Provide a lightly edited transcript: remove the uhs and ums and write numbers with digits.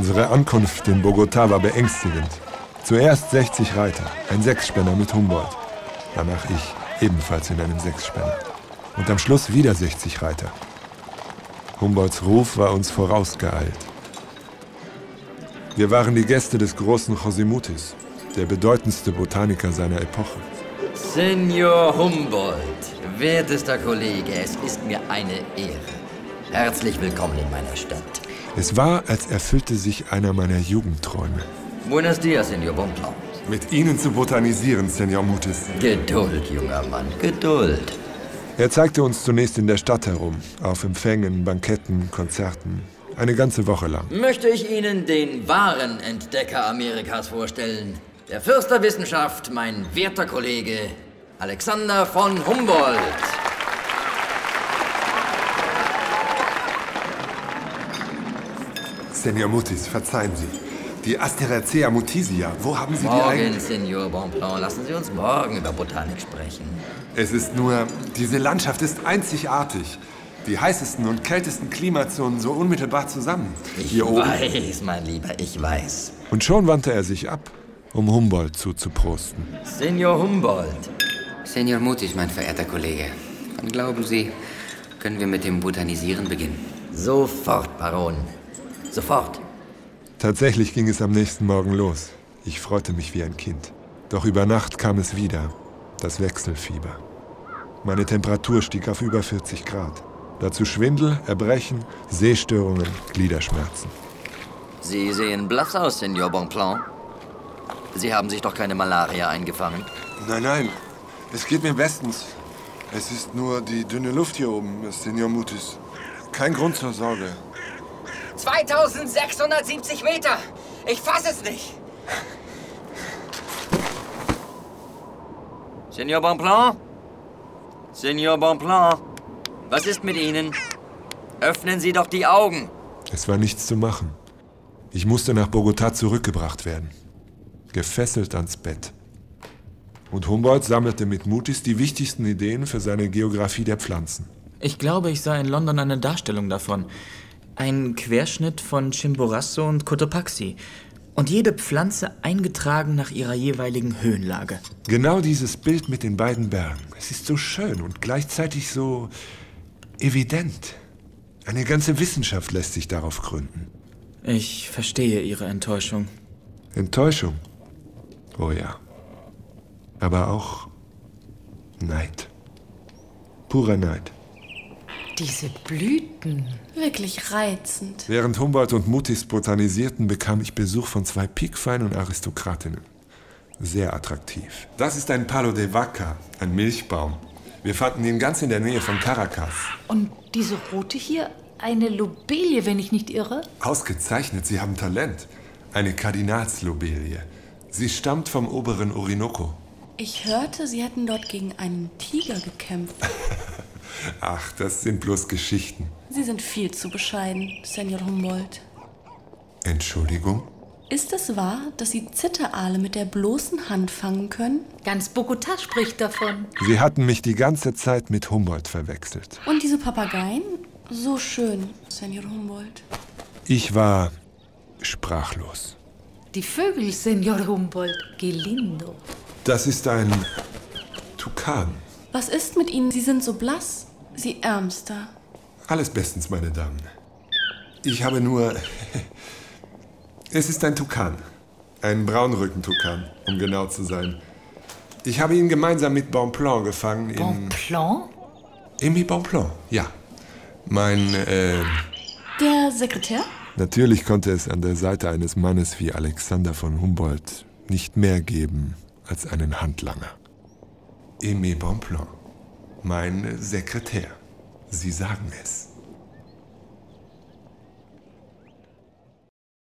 Unsere Ankunft in Bogotá war beängstigend. Zuerst 60 Reiter, ein Sechsspänner mit Humboldt. Danach ich, ebenfalls in einem Sechsspänner. Und am Schluss wieder 60 Reiter. Humboldts Ruf war uns vorausgeeilt. Wir waren die Gäste des großen José Mutis, der bedeutendste Botaniker seiner Epoche. Senor Humboldt, wertester Kollege, es ist mir eine Ehre. Herzlich willkommen in meiner Stadt. Es war, als erfüllte sich einer meiner Jugendträume. Buenos dias, Senor Bonpland. Mit Ihnen zu botanisieren, Senor Mutis. Geduld, junger Mann, Geduld. Er zeigte uns zunächst in der Stadt herum, auf Empfängen, Banketten, Konzerten. Eine ganze Woche lang. Möchte ich Ihnen den wahren Entdecker Amerikas vorstellen. Der Fürst der Wissenschaft, mein werter Kollege Alexander von Humboldt. Senor Mutis, verzeihen Sie. Die Asteracea mutisia, wo haben Sie die Morgen, eigentlich? Senor Bonpland, lassen Sie uns morgen über Botanik sprechen. Es ist nur, diese Landschaft ist einzigartig. Die heißesten und kältesten Klimazonen so unmittelbar zusammen. Ich weiß, mein Lieber, ich weiß. Und schon wandte er sich ab, um Humboldt zuzuprosten. Senor Humboldt. Senor Mutis, mein verehrter Kollege. Wann glauben Sie, können wir mit dem Botanisieren beginnen? Sofort, Baron. Sofort. Tatsächlich ging es am nächsten Morgen los. Ich freute mich wie ein Kind. Doch über Nacht kam es wieder, das Wechselfieber. Meine Temperatur stieg auf über 40 Grad. Dazu Schwindel, Erbrechen, Sehstörungen, Gliederschmerzen. Sie sehen blass aus, Senor Bonpland. Sie haben sich doch keine Malaria eingefangen. Nein, nein, es geht mir bestens. Es ist nur die dünne Luft hier oben, Senor Mutis. Kein Grund zur Sorge. 2670 Meter! Ich fasse es nicht! Senor Bonpland? Senor Bonpland? Was ist mit Ihnen? Öffnen Sie doch die Augen! Es war nichts zu machen. Ich musste nach Bogotá zurückgebracht werden. Gefesselt ans Bett. Und Humboldt sammelte mit Mutis die wichtigsten Ideen für seine Geographie der Pflanzen. Ich glaube, ich sah in London eine Darstellung davon. Ein Querschnitt von Chimborazo und Cotopaxi. Und jede Pflanze eingetragen nach ihrer jeweiligen Höhenlage. Genau dieses Bild mit den beiden Bergen. Es ist so schön und gleichzeitig so evident. Eine ganze Wissenschaft lässt sich darauf gründen. Ich verstehe Ihre Enttäuschung. Enttäuschung? Oh ja. Aber auch Neid. Purer Neid. Diese Blüten. Wirklich reizend. Während Humboldt und Mutis botanisierten, bekam ich Besuch von 2 Pikfeinen und Aristokratinnen. Sehr attraktiv. Das ist ein Palo de Vaca, ein Milchbaum. Wir fanden ihn ganz in der Nähe von Caracas. Und diese rote hier, eine Lobelie, wenn ich nicht irre? Ausgezeichnet, Sie haben Talent. Eine Kardinalslobelie. Sie stammt vom oberen Orinoco. Ich hörte, Sie hätten dort gegen einen Tiger gekämpft. Ach, das sind bloß Geschichten. Sie sind viel zu bescheiden, Senor Humboldt. Entschuldigung? Ist es wahr, dass Sie Zitteraale mit der bloßen Hand fangen können? Ganz Bogotá spricht davon. Sie hatten mich die ganze Zeit mit Humboldt verwechselt. Und diese Papageien? So schön, Senor Humboldt. Ich war sprachlos. Die Vögel, Senor Humboldt, que lindo. Das ist ein Tukan. Was ist mit Ihnen? Sie sind so blass. Sie Ärmster. Alles bestens, meine Damen. Ich habe nur... Es ist ein Tukan. Ein Braunrückentukan, um genau zu sein. Ich habe ihn gemeinsam mit Bonpland gefangen in... Bonpland? Aimé Bonpland, ja. Mein, Der Sekretär? Natürlich konnte es an der Seite eines Mannes wie Alexander von Humboldt nicht mehr geben als einen Handlanger. Aimé Bonpland, mein Sekretär. Sie sagen es.